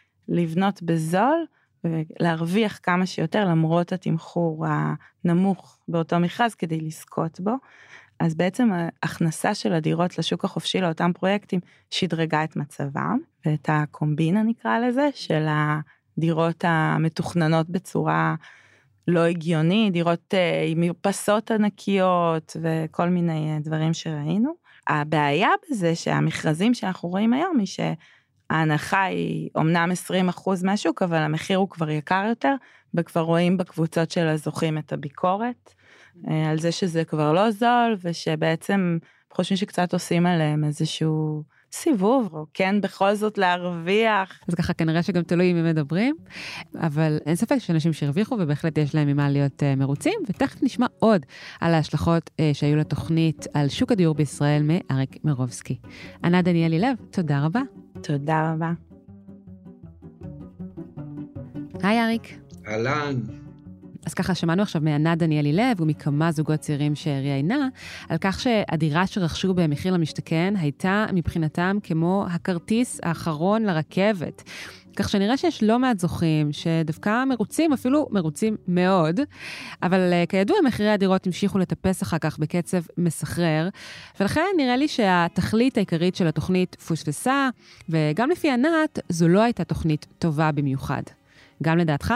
לבנות בזול, ולהרוויח כמה שיותר, למרות התמחור הנמוך באותו מכרז, כדי לזכות בו. אז בעצם ההכנסה של הדירות לשוק החופשי, לאותם פרויקטים, שדרגה את מצבם, ואת הקומבינה נקרא לזה, של הדירות המתוכננות בצורה לא הגיוני, דירות עם מרפסות ענקיות, וכל מיני דברים שראינו. הבעיה בזה שהמכרזים שאנחנו רואים היום, היא שההנחה היא אומנם עשרים אחוז מהשוק, אבל המחיר הוא כבר יקר יותר, וכבר רואים בקבוצות של הזוכים את הביקורת, על זה שזה כבר לא זול, ושבעצם חושבים שקצת עושים עליהם איזשהו סיבוב, או כן בכל זאת להרוויח. אז ככה כנראה שגם תלוי אם הם מדברים, אבל אין ספק שאנשים שהרוויחו, ובהחלט יש להם ממה להיות uh, מרוצים, ותכף נשמע עוד על ההשלכות uh, שהיו לתוכנית על שוק הדיור בישראל מאריק מירובסקי. ענת דניאלי לב, תודה רבה. תודה רבה. היי אריק. אהלן. אז ככה שמענו עכשיו מענת דניאלי לב ומכמה זוגות צעירים שראיינה, על כך שהדירה שרכשו במחיר למשתכן הייתה מבחינתם כמו הכרטיס האחרון לרכבת. כך שנראה שיש לא מעט זוכים שדווקא מרוצים, אפילו מרוצים מאוד, אבל כידוע מחירי הדירות המשיכו לטפס אחר כך בקצב מסחרר, ולכן נראה לי שהתכלית העיקרית של התוכנית פוספסה, וגם לפי ענת, זו לא הייתה תוכנית טובה במיוחד. גם לדעתך?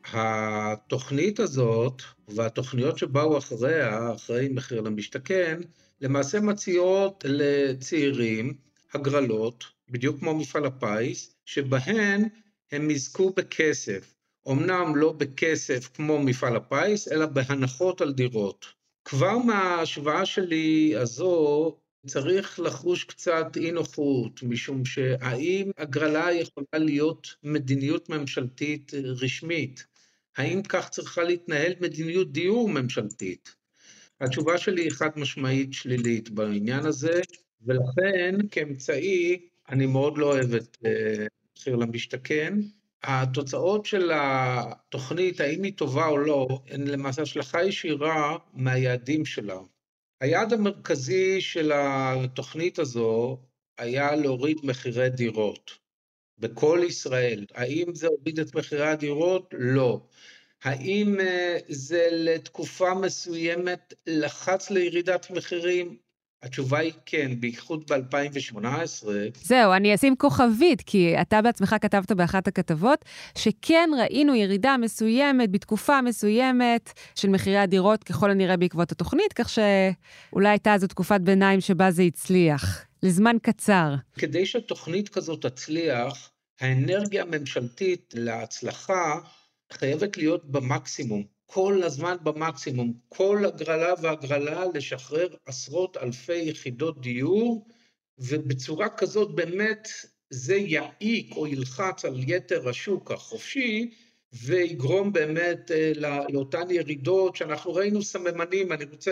התוכנית הזאת והתוכניות שבאו אחריה, אחרי מחיר למשתכן, למעשה מציעות לצעירים הגרלות, בדיוק כמו מפעל הפיס, שבהן הם יזכו בכסף. אמנם לא בכסף כמו מפעל הפיס, אלא בהנחות על דירות. כבר מההשוואה שלי הזו, צריך לחוש קצת אי נוחות, משום שהאם הגרלה יכולה להיות מדיניות ממשלתית רשמית? האם כך צריכה להתנהל מדיניות דיור ממשלתית? התשובה שלי היא חד משמעית שלילית בעניין הזה, ולכן כאמצעי אני מאוד לא אוהב את מחיר למשתכן. התוצאות של התוכנית, האם היא טובה או לא, הן למעשה השלכה ישירה מהיעדים שלה. היעד המרכזי של התוכנית הזו היה להוריד מחירי דירות בכל ישראל. האם זה הוריד את מחירי הדירות? לא. האם זה לתקופה מסוימת לחץ לירידת מחירים? התשובה היא כן, בייחוד ב-אלפיים שמונה עשרה. זהו, אני אשים כוכבית, כי אתה בעצמך כתבת באחת הכתבות, שכן ראינו ירידה מסוימת, בתקופה מסוימת, של מחירי הדירות, ככל הנראה בעקבות התוכנית, כך שאולי הייתה זו תקופת ביניים שבה זה הצליח, לזמן קצר. כדי שתוכנית כזאת תצליח, האנרגיה הממשלתית להצלחה חייבת להיות במקסימום. כל הזמן במקסימום, כל הגרלה והגרלה לשחרר עשרות אלפי יחידות דיור, ובצורה כזאת באמת זה יעיק או ילחץ על יתר השוק החופשי, ויגרום באמת לאותן ירידות שאנחנו ראינו סממנים. אני רוצה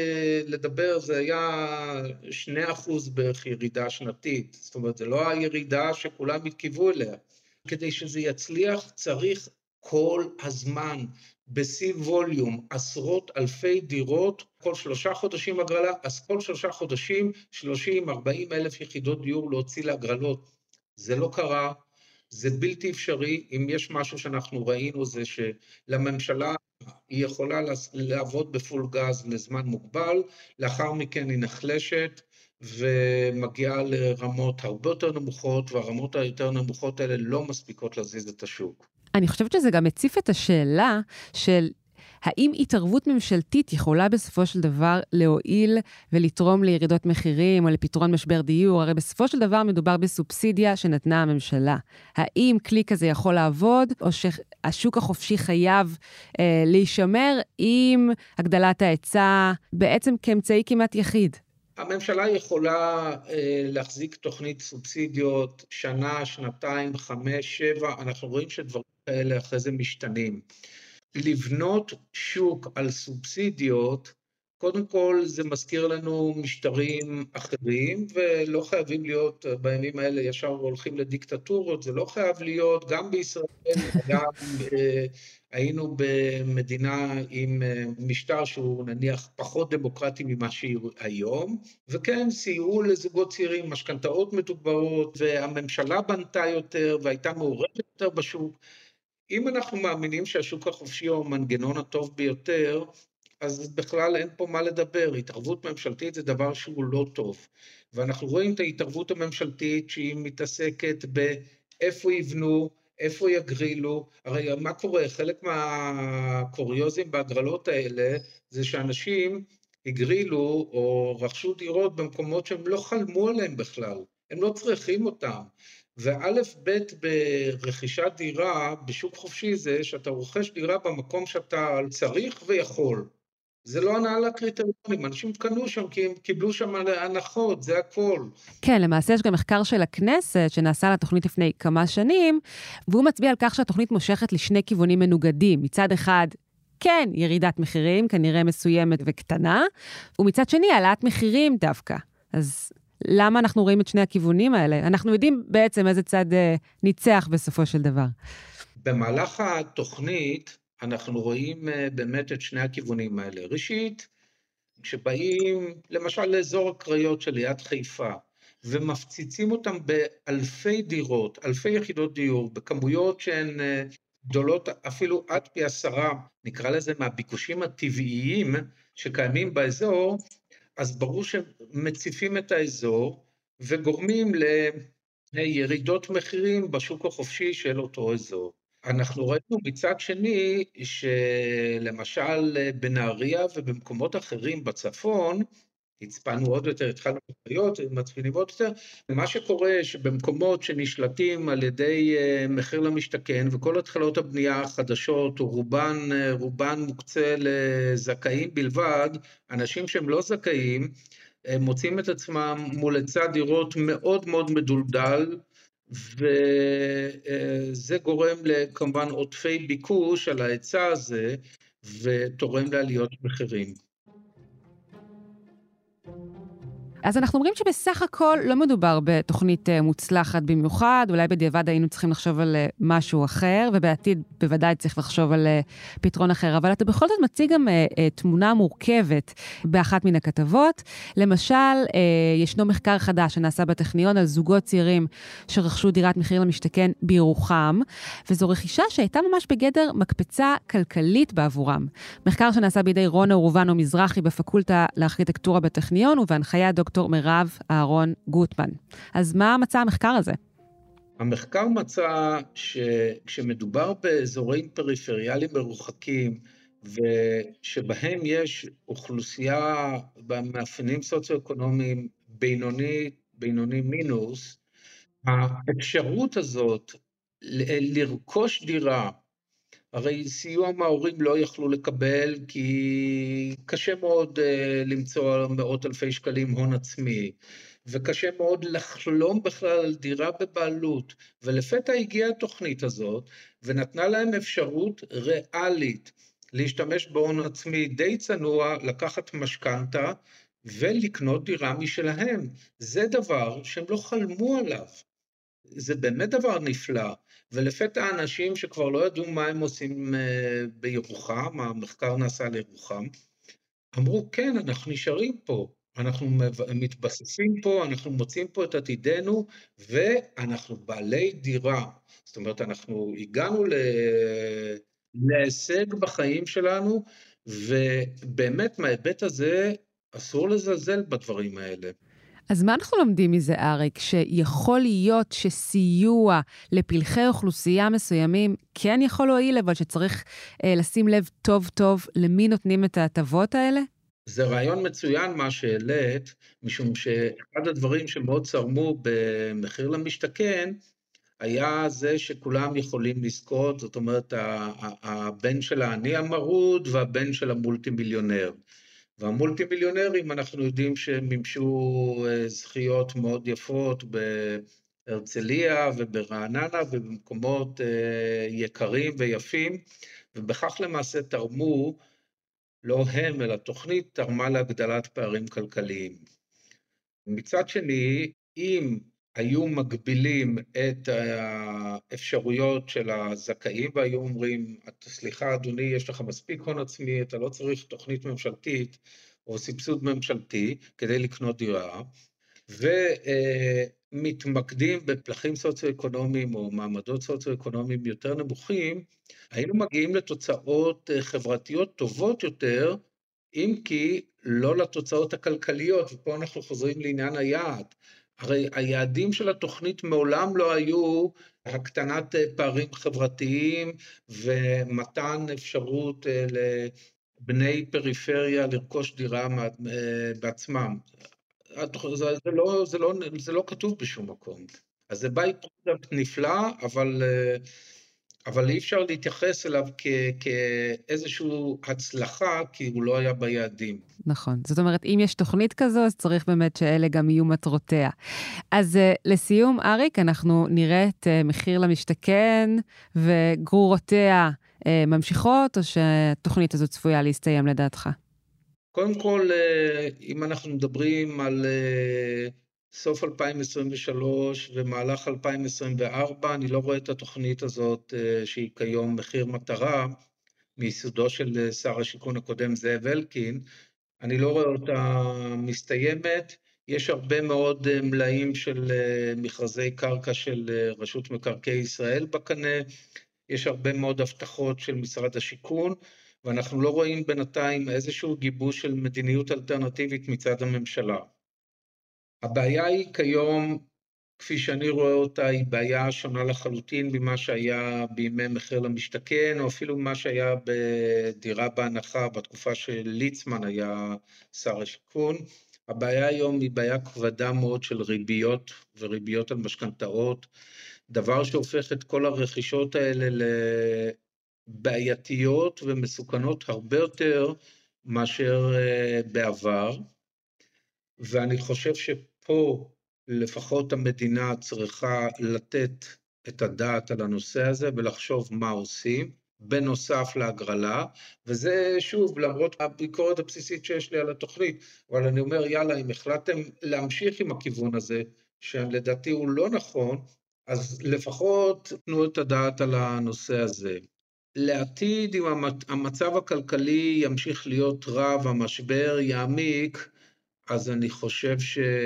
לדבר, זה היה שני אחוז בערך ירידה שנתית, זאת אומרת, זה לא הירידה שכולם התקיבו אליה. כדי שזה יצליח צריך כל הזמן, בסי ווליום, עשרות אלפי דירות, כל שלושה חודשים הגרלה, אז כל שלושה חודשים, שלושים ארבעים אלף יחידות דיור להוציא להגרלות. זה לא קרה, זה בלתי אפשרי. אם יש משהו שאנחנו ראינו זה שלממשלה היא יכולה לעבוד בפול גז לזמן מוגבל, לאחר מכן היא נחלשת, ומגיעה לרמות הרבה יותר נמוכות, והרמות היותר נמוכות האלה לא מספיקות להזיז את השוק. אני חושבת שזה גם מציף את השאלה של האם התערבות ממשלתית יכולה בסופו של דבר להועיל ולתרום לירידות מחירים או לפתרון משבר דיור. הרי בסופו של דבר מדובר בסובסידיה שנתנה הממשלה. האם כלי כזה יכול לעבוד, או שהשוק החופשי חייב אה, להישמר עם הגדלת ההיצע בעצם כאמצעי כמעט יחיד? הממשלה יכולה אה, להחזיק תוכנית סובסידיות שנה, שנתיים, חמש, שבע, אנחנו רואים שדברים כאלה אחרי זה משתנים. לבנות שוק על סובסידיות, קודם כל זה מזכיר לנו משטרים אחרים, ולא חייבים להיות בימים האלה ישר הולכים לדיקטטורות, זה לא חייב להיות, גם בישראל, גם אה, היינו במדינה עם משטר שהוא נניח פחות דמוקרטי ממה שהוא היום, וכן סייעו לזוגות צעירים, משכנתאות מתוגברות, והממשלה בנתה יותר והייתה מעורבת יותר בשוק. אם אנחנו מאמינים שהשוק החופשי הוא המנגנון הטוב ביותר, אז בכלל אין פה מה לדבר. התערבות ממשלתית זה דבר שהוא לא טוב. ואנחנו רואים את ההתערבות הממשלתית שהיא מתעסקת באיפה יבנו, איפה יגרילו. הרי מה קורה? חלק מהקוריוזים בהגרלות האלה זה שאנשים הגרילו או רכשו דירות במקומות שהם לא חלמו עליהם בכלל. הם לא צריכים אותם. ואלף בית ברכישת דירה בשוק חופשי זה שאתה רוכש דירה במקום שאתה צריך ויכול. זה לא ענה לקריטריונים, אנשים קנו שם כי הם קיבלו שם הנחות, זה הכל. כן, למעשה יש גם מחקר של הכנסת שנעשה לתוכנית לפני כמה שנים, והוא מצביע על כך שהתוכנית מושכת לשני כיוונים מנוגדים. מצד אחד, כן, ירידת מחירים, כנראה מסוימת וקטנה, ומצד שני, העלאת מחירים דווקא. אז למה אנחנו רואים את שני הכיוונים האלה? אנחנו יודעים בעצם איזה צד אה, ניצח בסופו של דבר. במהלך התוכנית, אנחנו רואים באמת את שני הכיוונים האלה. ראשית, כשבאים למשל לאזור הקריות של ליד חיפה, ומפציצים אותם באלפי דירות, אלפי יחידות דיור, בכמויות שהן גדולות אפילו עד פי עשרה, נקרא לזה מהביקושים הטבעיים שקיימים באזור, אז ברור שמציפים את האזור וגורמים לירידות מחירים בשוק החופשי של אותו אזור. אנחנו ראינו מצד שני שלמשל בנהריה ובמקומות אחרים בצפון, הצפנו עוד יותר, התחלנו בקריות, מצפינים עוד יותר, מה שקורה שבמקומות שנשלטים על ידי מחיר למשתכן, וכל התחלות הבנייה החדשות, רובן, רובן מוקצה לזכאים בלבד, אנשים שהם לא זכאים, מוצאים את עצמם מול היצע דירות מאוד מאוד מדולדל, וזה גורם לכמובן עודפי ביקוש על ההיצע הזה, ותורם לעליות מחירים. אז אנחנו אומרים שבסך הכל לא מדובר בתוכנית מוצלחת במיוחד, אולי בדיעבד היינו צריכים לחשוב על משהו אחר, ובעתיד בוודאי צריך לחשוב על פתרון אחר, אבל אתה בכל זאת מציג גם תמונה מורכבת באחת מן הכתבות. למשל, ישנו מחקר חדש שנעשה בטכניון על זוגות צעירים שרכשו דירת מחיר למשתכן בירוחם, וזו רכישה שהייתה ממש בגדר מקפצה כלכלית בעבורם. מחקר שנעשה בידי רונה אורובנו מזרחי בפקולטה לארכיטקטורה בטכניון, ובהנחיית דוקטור מירב אהרון גוטמן. אז מה מצא המחקר הזה? המחקר מצא שכשמדובר באזורים פריפריאליים מרוחקים, ושבהם יש אוכלוסייה במאפיינים סוציו-אקונומיים בינוני, בינוני מינוס, האפשרות הזאת לרכוש דירה, הרי סיוע מההורים לא יכלו לקבל, כי קשה מאוד uh, למצוא מאות אלפי שקלים הון עצמי, וקשה מאוד לחלום בכלל על דירה בבעלות, ולפתע הגיעה התוכנית הזאת, ונתנה להם אפשרות ריאלית, להשתמש בהון עצמי די צנוע, לקחת משכנתה, ולקנות דירה משלהם. זה דבר שהם לא חלמו עליו. זה באמת דבר נפלא, ולפתע האנשים שכבר לא ידעו מה הם עושים בירוחם, המחקר נעשה על ירוחם, אמרו כן, אנחנו נשארים פה, אנחנו מתבססים פה, אנחנו מוצאים פה את עתידנו, ואנחנו בעלי דירה. זאת אומרת, אנחנו הגענו להישג בחיים שלנו, ובאמת מההיבט הזה אסור לזלזל בדברים האלה. אז מה אנחנו לומדים מזה, אריק? שיכול להיות שסיוע לפלחי אוכלוסייה מסוימים כן יכול להועיל, אבל שצריך אה, לשים לב טוב טוב למי נותנים את ההטבות האלה? זה רעיון מצוין מה שהעלית, משום שאחד הדברים שמאוד צרמו במחיר למשתכן, היה זה שכולם יכולים לזכות, זאת אומרת, הבן של העני המרוד והבן של המולטי מיליונר. והמולטי מיליונרים אנחנו יודעים שהם מימשו זכיות מאוד יפות בהרצליה וברעננה ובמקומות יקרים ויפים, ובכך למעשה תרמו, לא הם אלא תוכנית תרמה להגדלת פערים כלכליים. מצד שני, אם היו מגבילים את האפשרויות של הזכאים, והיו אומרים, סליחה אדוני, יש לך מספיק הון עצמי, אתה לא צריך תוכנית ממשלתית או סבסוד ממשלתי כדי לקנות דירה, ומתמקדים בפלחים סוציו-אקונומיים או מעמדות סוציו-אקונומיים יותר נמוכים, היינו מגיעים לתוצאות חברתיות טובות יותר, אם כי לא לתוצאות הכלכליות, ופה אנחנו חוזרים לעניין היעד. הרי היעדים של התוכנית מעולם לא היו הקטנת פערים חברתיים ומתן אפשרות לבני פריפריה לרכוש דירה בעצמם. זה לא, זה לא, זה לא כתוב בשום מקום. אז זה בית פרויקט נפלא, אבל, אבל אי אפשר להתייחס אליו כ, כאיזושהי הצלחה, כי הוא לא היה ביעדים. נכון. זאת אומרת, אם יש תוכנית כזו, אז צריך באמת שאלה גם יהיו מטרותיה. אז לסיום, אריק, אנחנו נראה את מחיר למשתכן וגרורותיה ממשיכות, או שהתוכנית הזו צפויה להסתיים לדעתך? קודם כל, אם אנחנו מדברים על סוף אלפיים עשרים ושלוש ומהלך אלפיים עשרים וארבע, אני לא רואה את התוכנית הזאת שהיא כיום מחיר מטרה, מיסודו של שר השיכון הקודם זאב אלקין, אני לא רואה אותה מסתיימת. יש הרבה מאוד מלאים של מכרזי קרקע של רשות מקרקעי ישראל בקנה, יש הרבה מאוד הבטחות של משרד השיכון, ואנחנו לא רואים בינתיים איזשהו גיבוש של מדיניות אלטרנטיבית מצד הממשלה. הבעיה היא כיום, כפי שאני רואה אותה, היא בעיה שונה לחלוטין ממה שהיה בימי מחיר למשתכן, או אפילו מה שהיה בדירה בהנחה בתקופה שליצמן היה שר השיכון. הבעיה היום היא בעיה כבדה מאוד של ריביות וריביות על משכנתאות, דבר שהופך את כל הרכישות האלה לבעייתיות ומסוכנות הרבה יותר מאשר בעבר, ואני חושב שפה לפחות המדינה צריכה לתת את הדעת על הנושא הזה ולחשוב מה עושים, בנוסף להגרלה, וזה שוב, למרות הביקורת הבסיסית שיש לי על התוכנית, אבל אני אומר, יאללה, אם החלטתם להמשיך עם הכיוון הזה, שלדעתי הוא לא נכון, אז לפחות תנו את הדעת על הנושא הזה. לעתיד, אם המצב הכלכלי ימשיך להיות רע והמשבר יעמיק, אז אני חושב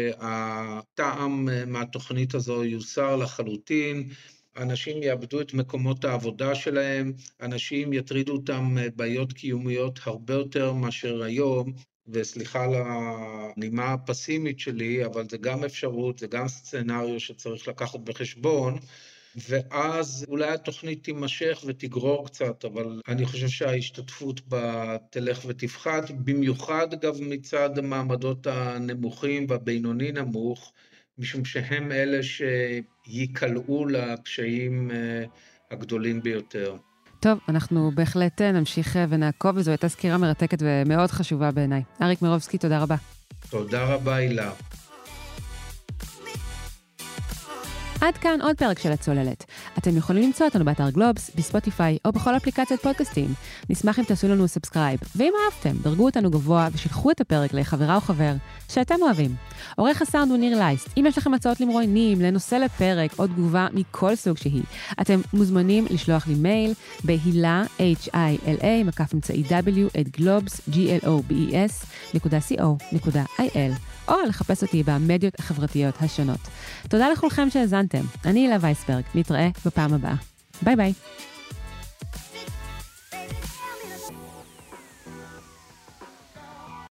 שהטעם מהתוכנית הזו יוסר לחלוטין, אנשים יאבדו את מקומות העבודה שלהם, אנשים יטרידו אותם בעיות קיומיות הרבה יותר מאשר היום, וסליחה על הנימה הפסימית שלי, אבל זה גם אפשרות, זה גם סצנריו שצריך לקחת בחשבון, ואז אולי התוכנית תימשך ותגרור קצת, אבל אני חושב שההשתתפות בה תלך ותפחת, במיוחד אגב מצד המעמדות הנמוכים והבינוני נמוך, משום שהם אלה שיקלעו לקשיים הגדולים ביותר. טוב, אנחנו בהחלט נמשיך ונעקוב, וזו הייתה סקירה מרתקת ומאוד חשובה בעיניי. אריק מירובסקי, תודה רבה. תודה רבה, הילה. עד כאן עוד פרק של הצוללת. אתם יכולים למצוא אותנו באתר גלובס, בספוטיפיי או בכל אפליקציות פודקאסטים. נשמח אם תעשו לנו סאבסקרייב. ואם אהבתם, דרגו אותנו גבוה ושלחו את הפרק לחברה או חבר שאתם אוהבים. עורך הסאונד הוא ניר לייסט. אם יש לכם הצעות למרואיינים, לנושא לפרק או תגובה מכל סוג שהיא, אתם מוזמנים לשלוח לי מייל בהילה, H-I-L-A, מקף אמצעי W, את גלובס, G-L-O-B-E-S, נקודה C-O, נקודה I-L, או לחפש אותי במדיות החברתיות השונות. תודה לכולכם שהאזנתם. אני הילה וייסברג. נתראה בפעם הבאה. ביי ביי.